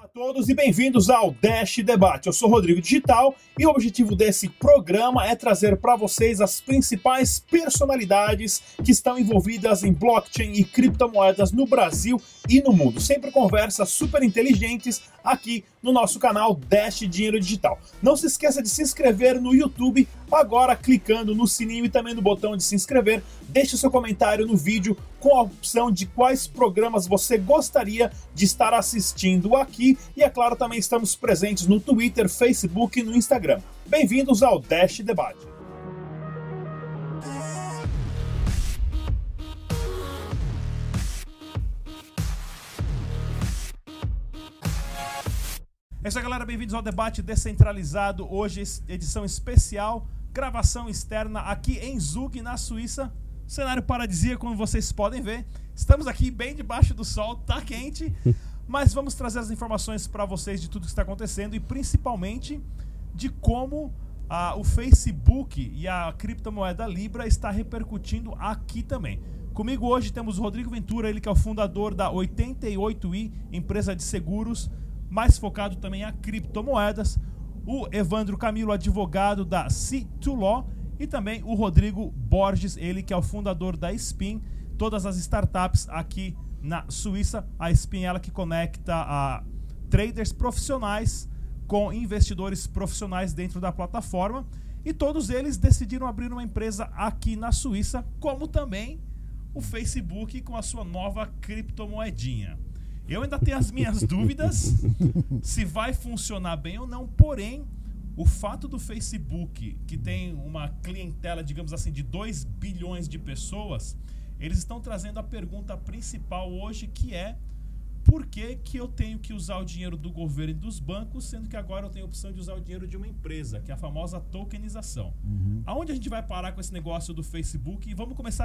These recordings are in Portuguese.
Olá a todos e bem-vindos ao Dash Debate. Eu sou Rodrigo Digital e o objetivo desse programa é trazer para vocês as principais personalidades que estão envolvidas em blockchain e criptomoedas no Brasil e no mundo. Sempre conversas super inteligentes aqui no nosso canal Dash Dinheiro Digital. Não se esqueça de se inscrever no YouTube agora clicando no sininho e também no botão de se inscrever. Deixe seu comentário no vídeo com a opção de quais programas você gostaria de estar assistindo aqui. E é claro, também estamos presentes no Twitter, Facebook e no Instagram. Bem-vindos ao Dash Debate. É isso aí, galera, bem-vindos ao Debate Descentralizado. Hoje, edição especial, gravação externa aqui em Zug, na Suíça. Cenário paradisíaco, como vocês podem ver. Estamos aqui bem debaixo do sol, tá quente, mas vamos trazer as informações para vocês de tudo que está acontecendo e principalmente de como o Facebook e a criptomoeda Libra está repercutindo aqui também. Comigo hoje temos o Rodrigo Ventura, ele que é o fundador da 88i, empresa de seguros, mais focado também a criptomoedas. O Evandro Camilo, advogado da C2Law. E também o Rodrigo Borges, ele que é o fundador da Spin, todas as startups aqui na Suíça. A Spin é ela que conecta traders profissionais com investidores profissionais dentro da plataforma. E todos eles decidiram abrir uma empresa aqui na Suíça, como também o Facebook com a sua nova criptomoedinha. Eu ainda tenho as minhas dúvidas se vai funcionar bem ou não, porém, o fato do Facebook, que tem uma clientela, digamos assim, de 2 bilhões de pessoas, eles estão trazendo a pergunta principal hoje, que é: por que eu tenho que usar o dinheiro do governo e dos bancos, sendo que agora eu tenho a opção de usar o dinheiro de uma empresa, que é a famosa tokenização? Aonde a gente vai parar com esse negócio do Facebook? E vamos começar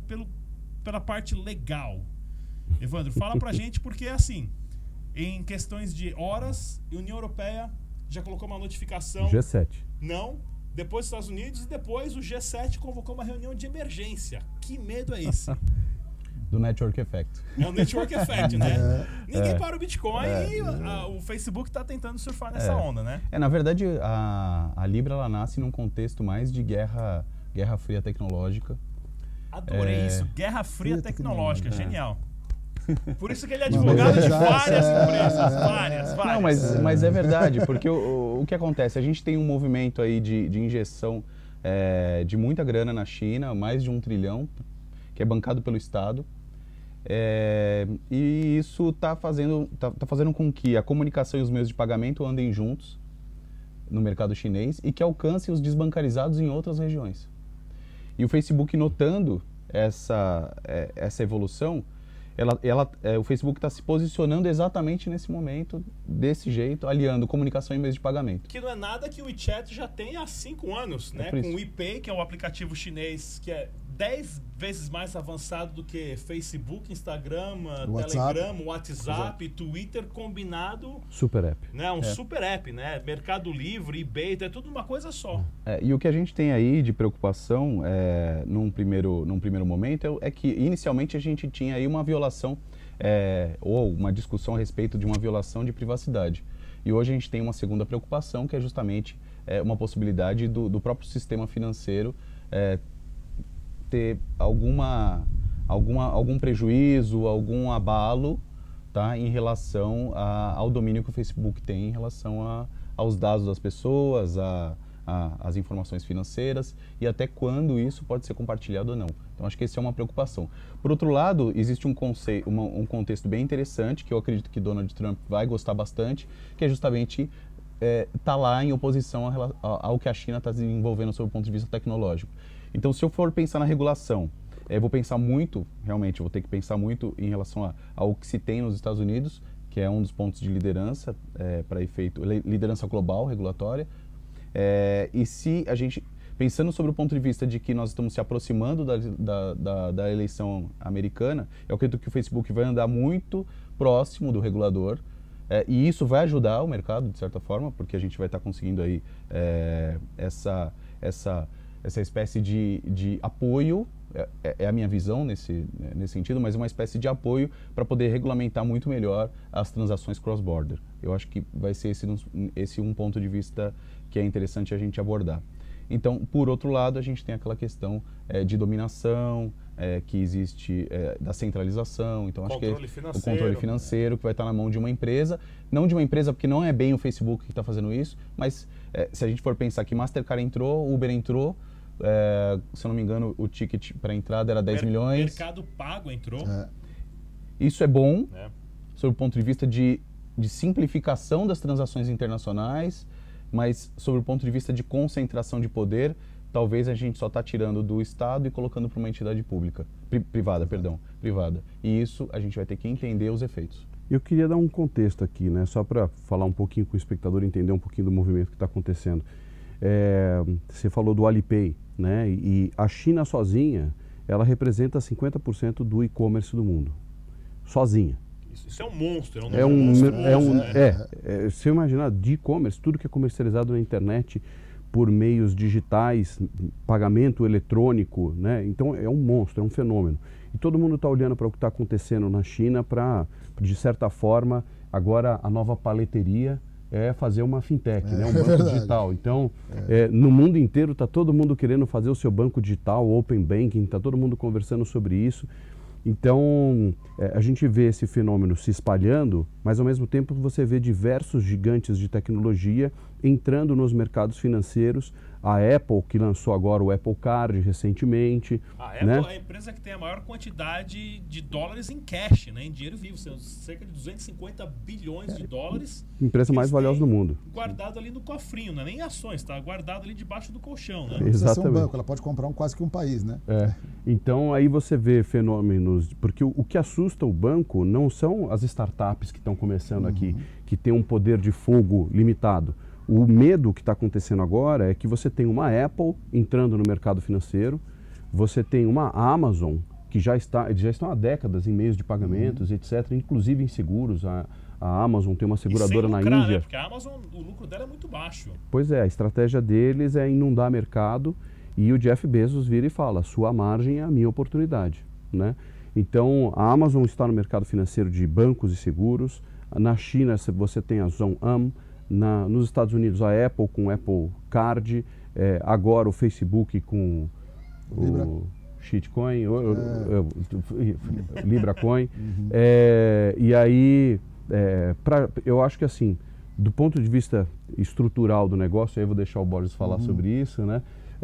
pela parte legal. Evandro, fala pra gente, porque assim, em questões de horas, a União Europeia já colocou uma notificação. G7. Não. Depois os Estados Unidos e depois o G7 convocou uma reunião de emergência. Que medo é esse? Do Network Effect. É o Network Effect, né? Ninguém para o Bitcoin e o Facebook está tentando surfar nessa onda, né? Na verdade, a Libra ela nasce num contexto mais de guerra fria tecnológica. Adorei isso. Guerra fria tecnológica. Genial. Por isso que ele é advogado de várias empresas, várias. Não, mas é verdade, porque o que acontece? A gente tem um movimento aí de injeção de muita grana na China, mais de 1 trilhão, que é bancado pelo Estado. E isso está fazendo com que a comunicação e os meios de pagamento andem juntos no mercado chinês e que alcancem os desbancarizados em outras regiões. E o Facebook, notando essa evolução, o Facebook está se posicionando exatamente nesse momento, desse jeito, aliando comunicação e meios de pagamento. Que não é nada que o WeChat já tem há 5 anos, né? Com o WePay, que é um aplicativo chinês que é 10 vezes mais avançado do que Facebook, Instagram, Telegram, WhatsApp, Twitter, combinado. Super app. Né? Super app, né? Mercado Livre, eBay, é tudo uma coisa só. E o que a gente tem aí de preocupação num primeiro momento é que inicialmente a gente tinha aí uma violação ou uma discussão a respeito de uma violação de privacidade. E hoje a gente tem uma segunda preocupação, que é justamente uma possibilidade do próprio sistema financeiro ter algum prejuízo, algum abalo, tá, em relação ao domínio que o Facebook tem em relação aos dados das pessoas, às informações financeiras e até quando isso pode ser compartilhado ou não. Então acho que essa é uma preocupação. Por outro lado, existe um contexto bem interessante que eu acredito que Donald Trump vai gostar bastante, que é justamente tá lá em oposição ao que a China está desenvolvendo sob o ponto de vista tecnológico. Então, se eu for pensar na regulação, eu vou pensar muito, realmente, eu vou ter que pensar muito em relação ao que se tem nos Estados Unidos, que é um dos pontos de liderança para efeito, liderança global, regulatória. E se a gente, pensando sobre o ponto de vista de que nós estamos se aproximando da eleição americana, eu acredito que o Facebook vai andar muito próximo do regulador, e isso vai ajudar o mercado, de certa forma, porque a gente vai estar conseguindo aí essa essa espécie de apoio, é a minha visão nesse sentido, mas uma espécie de apoio para poder regulamentar muito melhor as transações cross-border. Eu acho que vai ser esse um ponto de vista que é interessante a gente abordar. Então, por outro lado, a gente tem aquela questão de dominação, que existe da centralização. Então, acho que o controle financeiro que vai estar na mão de uma empresa, não de uma empresa porque não é bem o Facebook que está fazendo isso, mas se a gente for pensar que Mastercard entrou, Uber entrou, se eu não me engano, o ticket para entrada era 10 milhões. Mercado Pago entrou. Isso é bom, sob o ponto de vista de simplificação das transações internacionais, mas sob o ponto de vista de concentração de poder, talvez a gente só está tirando do Estado e colocando para uma entidade privada. E isso a gente vai ter que entender os efeitos. Eu queria dar um contexto aqui, né, só para falar um pouquinho com o espectador, entender um pouquinho do movimento que está acontecendo. Você falou do Alipay, né, e a China sozinha, ela representa 50% do e-commerce do mundo, sozinha. Isso é um monstro, né? Se eu imaginar de e-commerce, tudo que é comercializado na internet por meios digitais, pagamento eletrônico, né? Então é um monstro, é um fenômeno. E todo mundo está olhando para o que está acontecendo na China para, de certa forma, agora a nova paleteria é fazer uma fintech, né? Um banco digital. Então, no mundo inteiro está todo mundo querendo fazer o seu banco digital, open banking, está todo mundo conversando sobre isso. Então, a gente vê esse fenômeno se espalhando, mas ao mesmo tempo você vê diversos gigantes de tecnologia entrando nos mercados financeiros. A Apple, que lançou agora o Apple Card recentemente. A Apple é a empresa que tem a maior quantidade de dólares em cash, né, em dinheiro vivo, cerca de 250 bilhões de dólares. Empresa mais valiosa do mundo. Guardado ali no cofrinho, não é nem ações, está guardado ali debaixo do colchão. Né? Não precisa ser um banco, ela pode comprar quase que um país, né? Então aí você vê fenômenos, porque o que assusta o banco não são as startups que estão começando aqui, que tem um poder de fogo limitado. O medo que está acontecendo agora é que você tem uma Apple entrando no mercado financeiro, você tem uma Amazon, que já estão há décadas em meios de pagamentos, etc., inclusive em seguros. A Amazon tem uma seguradora na Índia. Né? Porque a Amazon, o lucro dela é muito baixo. Pois é, a estratégia deles é inundar mercado e o Jeff Bezos vira e fala, sua margem é a minha oportunidade, né? Então, a Amazon está no mercado financeiro de bancos e seguros. Na China, você tem a ZhongAn. Nos Estados Unidos, a Apple com o Apple Card, agora o Facebook com o Shitcoin, LibraCoin. E aí, eu acho que assim, do ponto de vista estrutural do negócio, aí eu vou deixar o Borges falar sobre isso, né?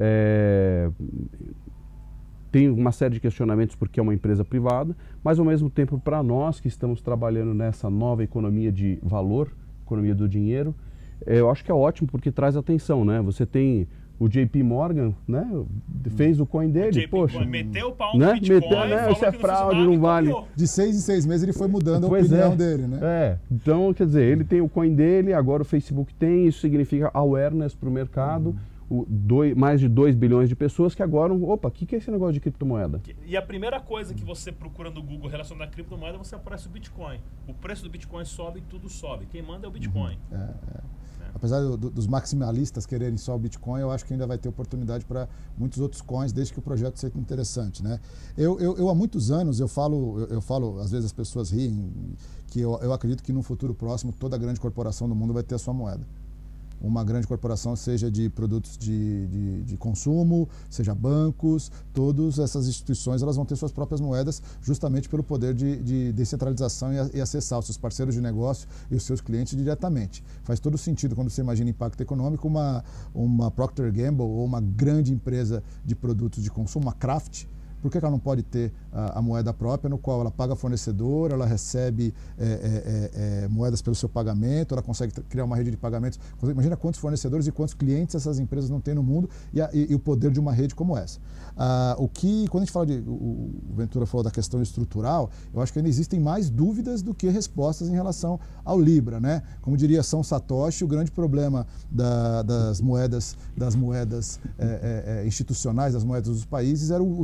Tem uma série de questionamentos porque é uma empresa privada, mas ao mesmo tempo, para nós que estamos trabalhando nessa nova economia de valor, economia do dinheiro, eu acho que é ótimo porque traz atenção, né? Você tem o JP Morgan, né? Fez o coin dele, poxa. Meteu o pau no Bitcoin, isso é fraude, não vale. De 6 em 6 meses ele foi mudando a opinião dele, né? Então, quer dizer, ele tem o coin dele, agora o Facebook tem, isso significa awareness para o mercado. Mais de 2 bilhões de pessoas que agora, opa, o que é esse negócio de criptomoeda? E a primeira coisa que você procura no Google relacionada à criptomoeda, você aparece o Bitcoin. O preço do Bitcoin sobe e tudo sobe. Quem manda é o Bitcoin. Apesar dos maximalistas quererem só o Bitcoin, eu acho que ainda vai ter oportunidade para muitos outros coins, desde que o projeto seja interessante, né? Eu há muitos anos, eu falo, às vezes as pessoas riem, que eu acredito que no futuro próximo toda grande corporação do mundo vai ter a sua moeda. Uma grande corporação, seja de produtos de consumo, seja bancos, todas essas instituições elas vão ter suas próprias moedas justamente pelo poder de descentralização e acessar os seus parceiros de negócio e os seus clientes diretamente. Faz todo sentido quando você imagina impacto econômico, uma Procter & Gamble ou uma grande empresa de produtos de consumo, uma Kraft. Por que ela não pode ter a moeda própria, no qual ela paga fornecedor, ela recebe moedas pelo seu pagamento, ela consegue criar uma rede de pagamentos? Imagina quantos fornecedores e quantos clientes essas empresas não têm no mundo e o poder de uma rede como essa. Quando a gente fala o Ventura falou da questão estrutural, eu acho que ainda existem mais dúvidas do que respostas em relação ao Libra, né? Como diria São Satoshi, o grande problema das moedas institucionais, das moedas dos países, era o tamanho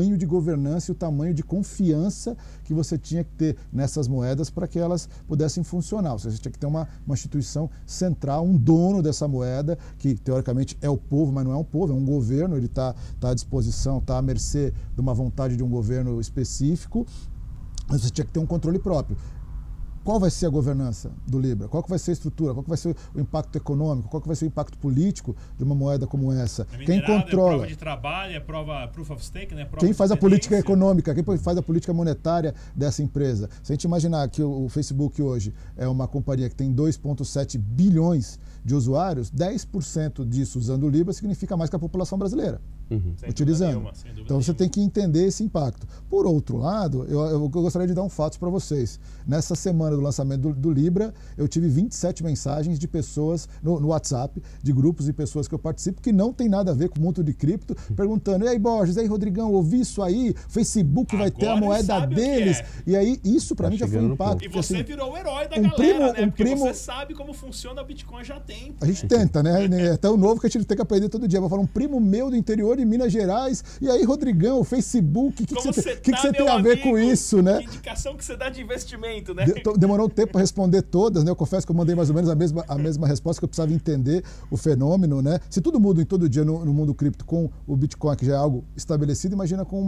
tamanho de governança e o tamanho de confiança que você tinha que ter nessas moedas para que elas pudessem funcionar. Ou seja, você tinha que ter uma instituição central, um dono dessa moeda, que teoricamente é o povo, mas não é um povo, é um governo, ele está à disposição, está à mercê de uma vontade de um governo específico, mas você tinha que ter um controle próprio. Qual vai ser a governança do Libra? Qual que vai ser a estrutura? Qual que vai ser o impacto econômico? Qual que vai ser o impacto político de uma moeda como essa? Quem controla? É prova de trabalho, é prova proof of stake, né? Quem faz a política econômica? Quem faz a política monetária dessa empresa? Se a gente imaginar que o Facebook hoje é uma companhia que tem 2,7 bilhões de usuários, 10% disso usando o Libra significa mais que a população brasileira. Utilizando. Nenhuma, então você tem que entender esse impacto. Por outro lado, eu gostaria de dar um fato para vocês. Nessa semana do lançamento do Libra, eu tive 27 mensagens de pessoas no WhatsApp, de grupos e pessoas que eu participo, que não tem nada a ver com o mundo de cripto, perguntando: e aí, Borges, e aí, Rodrigão, ouvi isso aí? Facebook vai ter a moeda deles. E aí, isso para mim já foi um impacto. E você assim, virou o herói da galera, né? Porque você sabe como funciona o Bitcoin já há tempo. A gente tenta, né? É tão novo que a gente tem que aprender todo dia. Vou falar, um primo meu do interior de Minas Gerais, e aí, Rodrigão, o Facebook, o que você tem a ver com isso, né? Que indicação que você dá de investimento, né? Demorou um tempo para responder todas, né? Eu confesso que eu mandei mais ou menos a mesma resposta, que eu precisava entender o fenômeno, né? Se tudo muda em todo dia no mundo cripto com o Bitcoin, que já é algo estabelecido, imagina com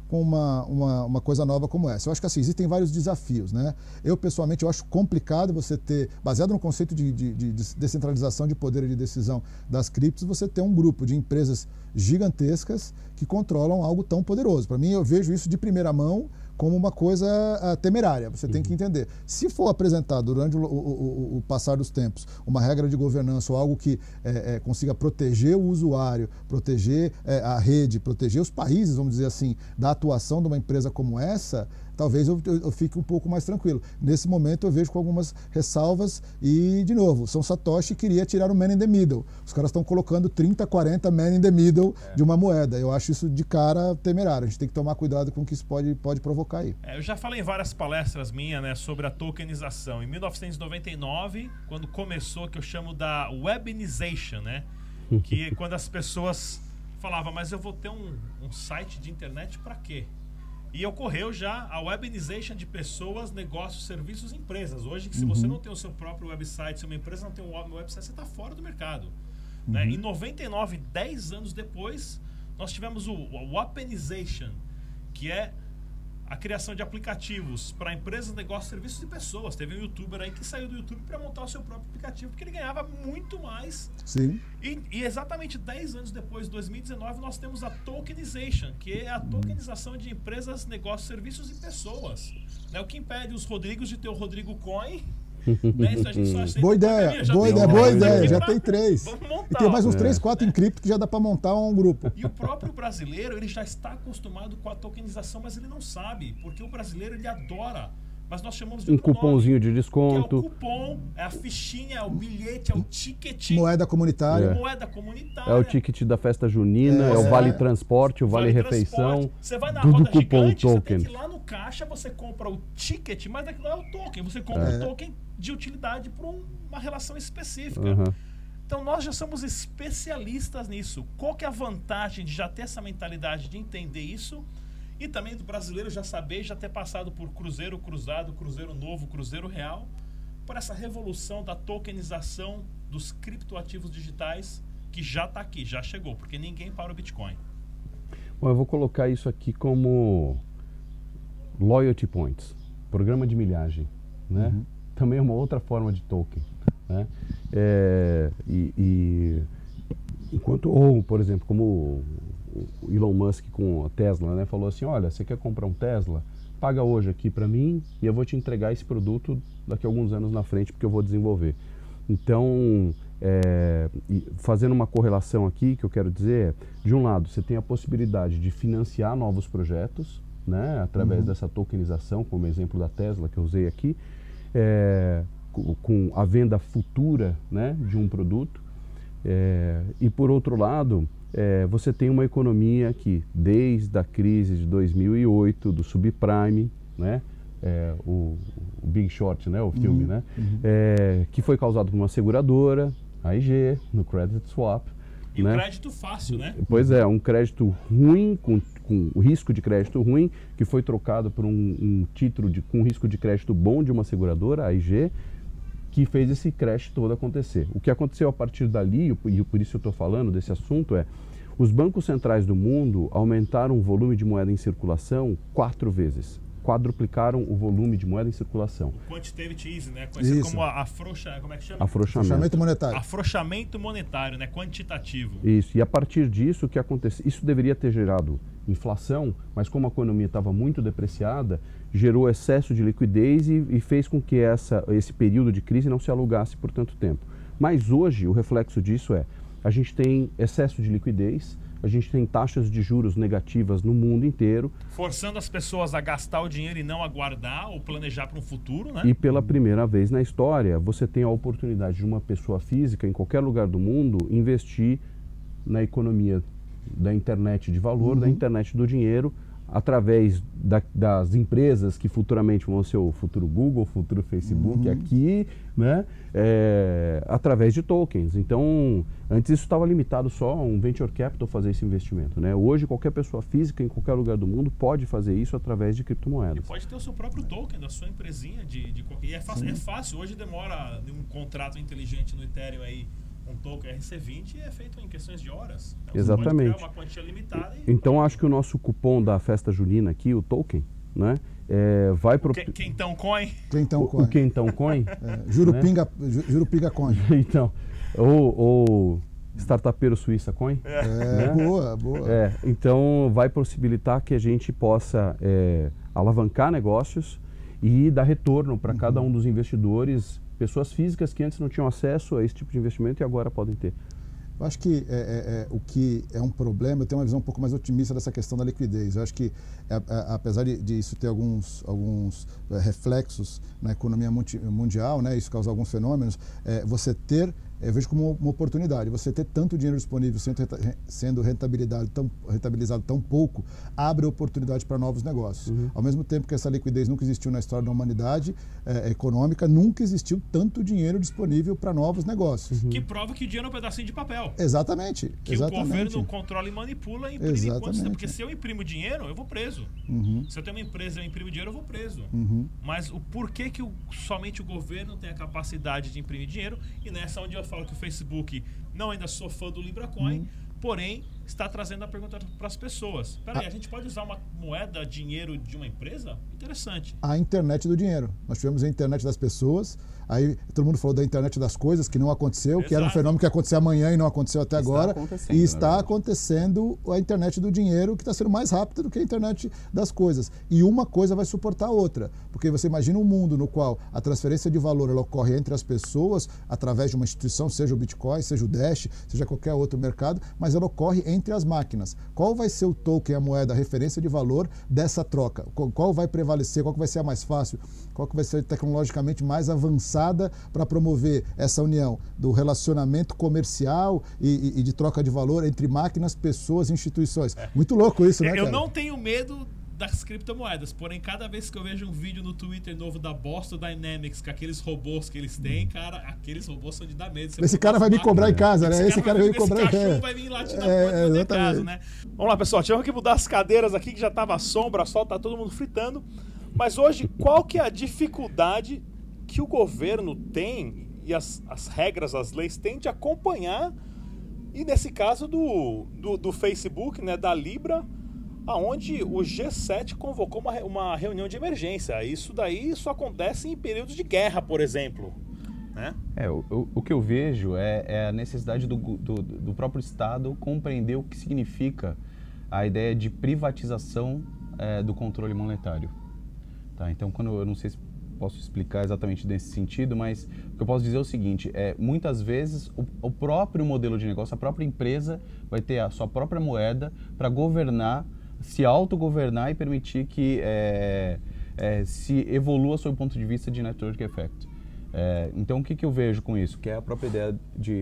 uma coisa nova como essa. Eu acho que assim, existem vários desafios, né? Eu, pessoalmente, eu acho complicado você ter, baseado no conceito de descentralização de poder e de decisão das criptos, você ter um grupo de empresas gigantescas que controlam algo tão poderoso. Para mim, eu vejo isso de primeira mão como uma coisa temerária. Você tem que entender. Se for apresentado durante o passar dos tempos uma regra de governança ou algo que consiga proteger o usuário, proteger a rede, proteger os países, vamos dizer assim, da atuação de uma empresa como essa, talvez eu fique um pouco mais tranquilo. Nesse momento eu vejo com algumas ressalvas e, de novo, São Satoshi queria tirar o man in the middle. Os caras estão colocando 30, 40 man in the middle de uma moeda. Eu acho isso de cara temerário. A gente tem que tomar cuidado com o que isso pode provocar aí. Eu já falei em várias palestras minhas, né, sobre a tokenização. Em 1999, quando começou, que eu chamo da webinization, né? Que é quando as pessoas falavam, mas eu vou ter um site de internet para quê? E ocorreu já a webinization de pessoas, negócios, serviços, empresas. Hoje, se você não tem o seu próprio website, se uma empresa não tem um website, você está fora do mercado. Né? Em 99, 10 anos depois, nós tivemos o Wapenization, que é a criação de aplicativos para empresas, negócios, serviços e pessoas. Teve um youtuber aí que saiu do YouTube para montar o seu próprio aplicativo, porque ele ganhava muito mais. Sim. E exatamente 10 anos depois, em 2019, nós temos a tokenization, que é a tokenização de empresas, negócios, serviços e pessoas. Né? O que impede os Rodrigos de ter o Rodrigo Coin. Né? Isso a gente só boa ideia, boa ideia. Já tem 3. Vamos montar. E tem mais uns 3, 4 em cripto que já dá para montar um grupo. E o próprio brasileiro, ele já está acostumado com a tokenização, mas ele não sabe, porque o brasileiro, ele adora. Mas nós chamamos de um cupomzinho de desconto. Que é o cupom, é a fichinha, é o bilhete, é o ticket. Moeda comunitária. Moeda comunitária. É o ticket da festa junina, é o vale transporte, o vale refeição. Você vai na tudo roda cupom gigante, token. Você tem que ir lá no caixa, você compra o ticket, mas aquilo é o token. Você compra o token de utilidade para uma relação específica. Então nós já somos especialistas nisso. Qual que é a vantagem de já ter essa mentalidade de entender isso? E também do brasileiro já saber, já ter passado por Cruzeiro Cruzado, Cruzeiro Novo, Cruzeiro Real, por essa revolução da tokenização dos criptoativos digitais, que já está aqui, já chegou, porque ninguém para o Bitcoin. Bom, eu vou colocar isso aqui como loyalty points, programa de milhagem, né? Também é uma outra forma de token, né? Ou, por exemplo, como o Elon Musk com a Tesla, né, falou assim, olha, você quer comprar um Tesla? Paga hoje aqui para mim e eu vou te entregar esse produto daqui a alguns anos na frente, porque eu vou desenvolver. Então, fazendo uma correlação aqui, que eu quero dizer de um lado, você tem a possibilidade de financiar novos projetos, né, através dessa tokenização, como exemplo da Tesla que eu usei aqui, com a venda futura, né, de um produto. E por outro lado, você tem uma economia que, desde a crise de 2008, do subprime, né, o Big Short, né, o filme, né, que foi causado por uma seguradora, a IG, no Credit Swap. E né? um crédito fácil, né? Pois é, um crédito ruim, com com o risco de crédito ruim, que foi trocado por um título com risco de crédito bom de uma seguradora, a AIG, que fez esse crash todo acontecer. O que aconteceu a partir dali, e por isso eu estou falando desse assunto, é os bancos centrais do mundo aumentaram o volume de moeda em circulação 4 vezes. Quadruplicaram o volume de moeda em circulação. Quantitative easing, né? Conhecido como como é que chama? Afrouxamento monetário. Afrouxamento monetário, né? Quantitativo. Isso, e a partir disso, o que aconteceu? Isso deveria ter gerado inflação, mas como a economia estava muito depreciada, gerou excesso de liquidez e fez com que esse período de crise não se alugasse por tanto tempo. Mas hoje, o reflexo disso a gente tem excesso de liquidez, a gente tem taxas de juros negativas no mundo inteiro. Forçando as pessoas a gastar o dinheiro e não a guardar ou planejar para um futuro, né? E pela primeira vez na história, você tem a oportunidade de uma pessoa física, em qualquer lugar do mundo, investir na economia da internet de valor, da internet do dinheiro, através das empresas que futuramente vão ser o futuro Google, o futuro Facebook aqui, né? Através de tokens. Então, antes isso estava limitado só a um venture capital fazer esse investimento, né? Hoje, qualquer pessoa física em qualquer lugar do mundo pode fazer isso através de criptomoedas. E pode ter o seu próprio token da sua empresinha. E é fácil. Hoje demora um contrato inteligente no Ethereum aí, um token RC20 é feito em questões de horas. Então, exatamente. Você pode criar uma quantia limitada. Então acho que o nosso cupom da festa junina aqui, o token, né, vai pro Quentão Coin. O Quentão Coin. Jurupinga Coin. Então, ou Startupeiro Suíça Coin. Né? Boa. Então vai possibilitar que a gente possa alavancar negócios e dar retorno para cada um dos investidores, pessoas físicas que antes não tinham acesso a esse tipo de investimento e agora podem ter. Eu acho que o que é um problema, eu tenho uma visão um pouco mais otimista dessa questão da liquidez. Eu acho que, apesar de isso ter alguns reflexos na economia mundial, né, isso causa alguns fenômenos, eu vejo como uma oportunidade. Você ter tanto dinheiro disponível sendo rentabilizado tão pouco, abre oportunidade para novos negócios. Ao mesmo tempo que essa liquidez nunca existiu na história da humanidade econômica, nunca existiu tanto dinheiro disponível para novos negócios. Que prova que o dinheiro é um pedacinho de papel. Exatamente. Que o governo controla e manipula e imprime quantos... Porque se eu imprimo dinheiro, eu vou preso. Se eu tenho uma empresa e eu imprimo dinheiro, eu vou preso. Mas o porquê que somente o governo tem a capacidade de imprimir dinheiro, e nessa onde eu falo que o Facebook, não ainda sou fã do LibraCoin, porém está trazendo a pergunta para as pessoas. Peraí, a gente pode usar uma moeda, dinheiro de uma empresa? Interessante. A internet do dinheiro. Nós tivemos a internet das pessoas, aí todo mundo falou da internet das coisas, que não aconteceu, que era um fenômeno que ia acontecer amanhã e não aconteceu até agora. E está acontecendo a internet do dinheiro, que está sendo mais rápida do que a internet das coisas. E uma coisa vai suportar a outra. Porque você imagina um mundo no qual a transferência de valor ela ocorre entre as pessoas, através de uma instituição, seja o Bitcoin, seja o Dash, seja qualquer outro mercado, mas ela ocorre entre as máquinas. Qual vai ser o token, a moeda, a referência de valor dessa troca? Qual vai prevalecer? Qual que vai ser a mais fácil? Qual que vai ser tecnologicamente mais avançada para promover essa união do relacionamento comercial e de troca de valor entre máquinas, pessoas e instituições? Muito louco isso, né, cara? Eu não tenho medo das criptomoedas, porém cada vez que eu vejo um vídeo no Twitter novo da Boston Dynamics com aqueles robôs que eles têm, cara, aqueles robôs são de dar medo. Esse cara vai me cobrar em casa, né? Esse cara vai me cobrar em casa. Esse cachorro vai vir latir na porta do meu caso, né? Vamos lá, pessoal, tivemos que mudar as cadeiras aqui, que já tava sombra, sol, tá todo mundo fritando. Mas hoje, qual que é a dificuldade que o governo tem e as regras, as leis têm de acompanhar, e nesse caso do Facebook, né, da Libra, aonde o G7 convocou uma reunião de emergência. Isso acontece em períodos de guerra, por exemplo, né? O que eu vejo é a necessidade do próprio Estado compreender o que significa a ideia de privatização do controle monetário. Tá? Então, eu não sei se posso explicar exatamente nesse sentido, mas o que eu posso dizer é o seguinte, muitas vezes o próprio modelo de negócio, a própria empresa vai ter a sua própria moeda para governar, se autogovernar e permitir que se evolua sob o ponto de vista de network effect. Então, o que eu vejo com isso? Que é a própria ideia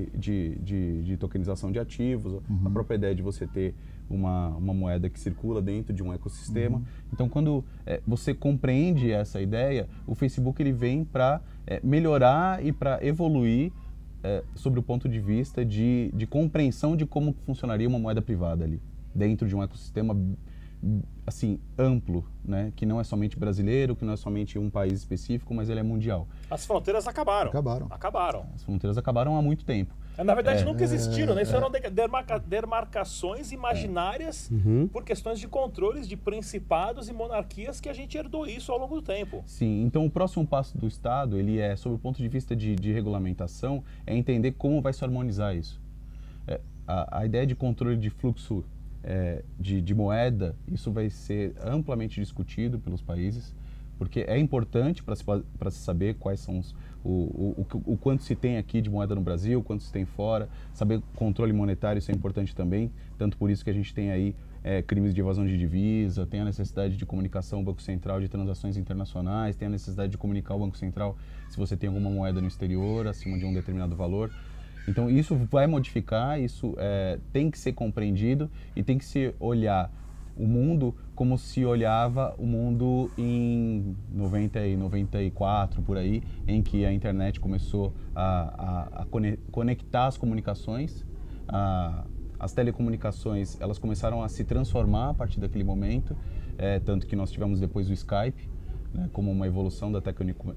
de tokenização de ativos, a própria ideia de você ter uma moeda que circula dentro de um ecossistema. Então, quando você compreende essa ideia, o Facebook ele vem para melhorar e para evoluir sobre o ponto de vista de compreensão de como funcionaria uma moeda privada ali, dentro de um ecossistema assim, amplo, né? Que não é somente brasileiro, que não é somente um país específico, mas ele é mundial. As fronteiras acabaram. Acabaram. As fronteiras acabaram há muito tempo. Na verdade, nunca existiram, né? Isso eram demarcações imaginárias por questões de controles de principados e monarquias que a gente herdou isso ao longo do tempo. Sim, então o próximo passo do Estado, ele é, sob o ponto de vista de regulamentação, é entender como vai se harmonizar isso. A ideia de controle de fluxo de moeda, isso vai ser amplamente discutido pelos países, porque é importante para se saber quais são o quanto se tem aqui de moeda no Brasil, quanto se tem fora, saber controle monetário, isso é importante também, tanto por isso que a gente tem aí crimes de evasão de divisa, tem a necessidade de comunicação ao Banco Central de transações internacionais, tem a necessidade de comunicar ao Banco Central se você tem alguma moeda no exterior, acima de um determinado valor. Então isso vai modificar, isso tem que ser compreendido e tem que se olhar o mundo como se olhava o mundo em 90 e 94, por aí, em que a internet começou a conectar as comunicações, as telecomunicações, elas começaram a se transformar a partir daquele momento, tanto que nós tivemos depois o Skype, né, como uma evolução da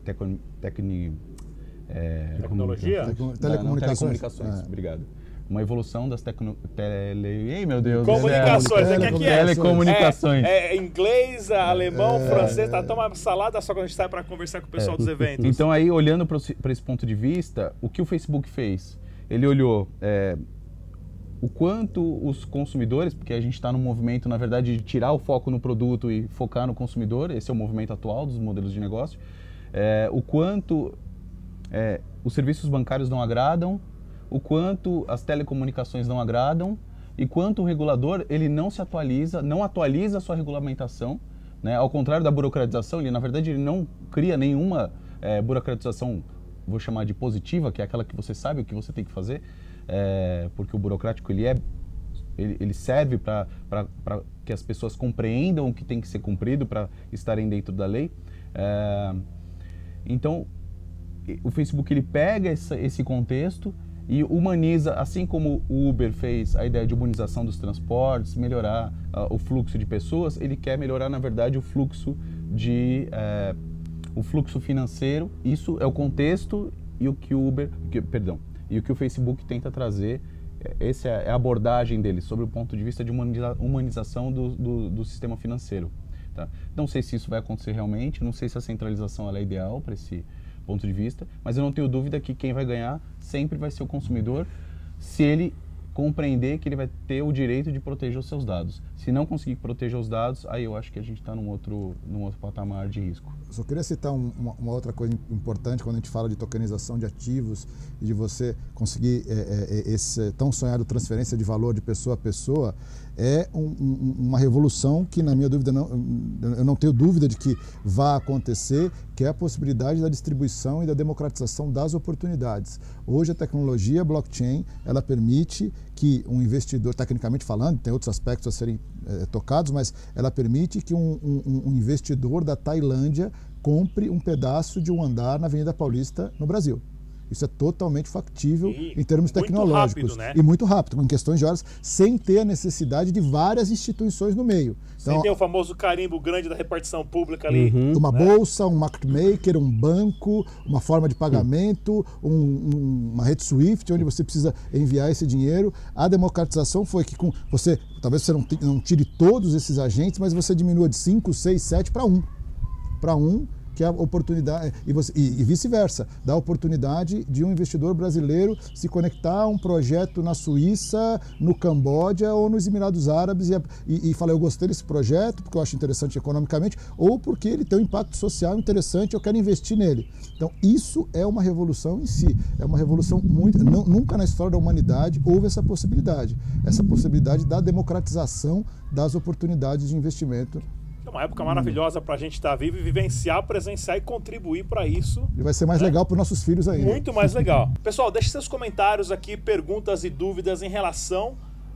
tecnologia? Telecomunicações, obrigado. Uma evolução das Ei, meu Deus. Comunicações, telecomunicações. Inglês, alemão, francês, tá uma salada só quando a gente sai para conversar com o pessoal dos eventos. Então aí, olhando para esse ponto de vista, o que o Facebook fez? Ele olhou o quanto os consumidores, porque a gente está no movimento, na verdade, de tirar o foco no produto e focar no consumidor, esse é o movimento atual dos modelos de negócio, o quanto os serviços bancários não agradam, o quanto as telecomunicações não agradam e quanto o regulador ele não atualiza a sua regulamentação, né? Ao contrário da burocratização, ele na verdade ele não cria nenhuma burocratização, vou chamar de positiva, que é aquela que você sabe o que você tem que fazer, porque o burocrático ele serve para que as pessoas compreendam o que tem que ser cumprido para estarem dentro da lei. Então, o Facebook ele pega esse contexto e humaniza, assim como o Uber fez a ideia de humanização dos transportes, melhorar o fluxo de pessoas, ele quer melhorar, na verdade, o fluxo financeiro. Isso é o contexto e o que o Facebook tenta trazer. Essa é a abordagem dele, sobre o ponto de vista de humanização do sistema financeiro. Tá? Não sei se isso vai acontecer realmente, não sei se a centralização ela é ideal para esse ponto de vista, mas eu não tenho dúvida que quem vai ganhar sempre vai ser o consumidor, se ele compreender que ele vai ter o direito de proteger os seus dados. Se não conseguir proteger os dados, aí eu acho que a gente está num outro patamar de risco. Eu só queria citar uma outra coisa importante quando a gente fala de tokenização de ativos e de você conseguir esse tão sonhado transferência de valor de pessoa a pessoa. É uma revolução que, na minha dúvida, eu não tenho dúvida de que vai acontecer, que é a possibilidade da distribuição e da democratização das oportunidades. Hoje a tecnologia blockchain, ela permite que um investidor, tecnicamente falando, tem outros aspectos a serem tocados, mas ela permite que um investidor da Tailândia compre um pedaço de um andar na Avenida Paulista no Brasil. Isso é totalmente factível em termos tecnológicos. Rápido, né? E muito rápido, em questões de horas, sem ter a necessidade de várias instituições no meio. Sem ter o famoso carimbo grande da repartição pública ali. Uma bolsa, um market maker, um banco, uma forma de pagamento, uma rede SWIFT, onde você precisa enviar esse dinheiro. A democratização foi que talvez você não tire todos esses agentes, mas você diminua de 5, 6, 7 para 1. Para 1, que é a oportunidade, e vice-versa, dá a oportunidade de um investidor brasileiro se conectar a um projeto na Suíça, no Camboja ou nos Emirados Árabes e falar, eu gostei desse projeto porque eu acho interessante economicamente ou porque ele tem um impacto social interessante, eu quero investir nele. Então isso é uma revolução em si, é uma revolução nunca na história da humanidade houve essa possibilidade da democratização das oportunidades de investimento. É uma época maravilhosa para a gente estar vivo e vivenciar, presenciar e contribuir para isso. E vai ser mais legal para os nossos filhos ainda. Muito mais legal. Pessoal, deixe seus comentários aqui, perguntas e dúvidas em relação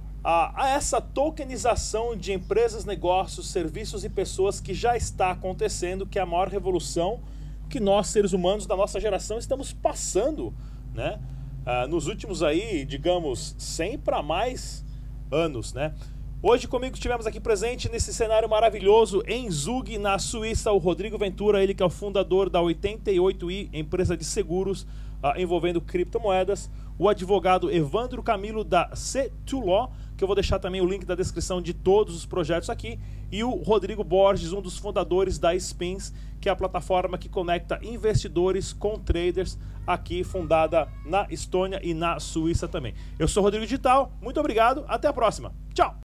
a essa tokenização de empresas, negócios, serviços e pessoas que já está acontecendo, que é a maior revolução que nós, seres humanos da nossa geração, estamos passando, né? Nos últimos aí, digamos, 100 para mais anos, né? Hoje comigo tivemos aqui presente nesse cenário maravilhoso em Zug, na Suíça, o Rodrigo Ventura, ele que é o fundador da 88i, empresa de seguros envolvendo criptomoedas, o advogado Evandro Camilo da C2Law, que eu vou deixar também o link da descrição de todos os projetos aqui, e o Rodrigo Borges, um dos fundadores da Spins, que é a plataforma que conecta investidores com traders, aqui fundada na Estônia e na Suíça também. Eu sou o Rodrigo Digital, muito obrigado, até a próxima, tchau!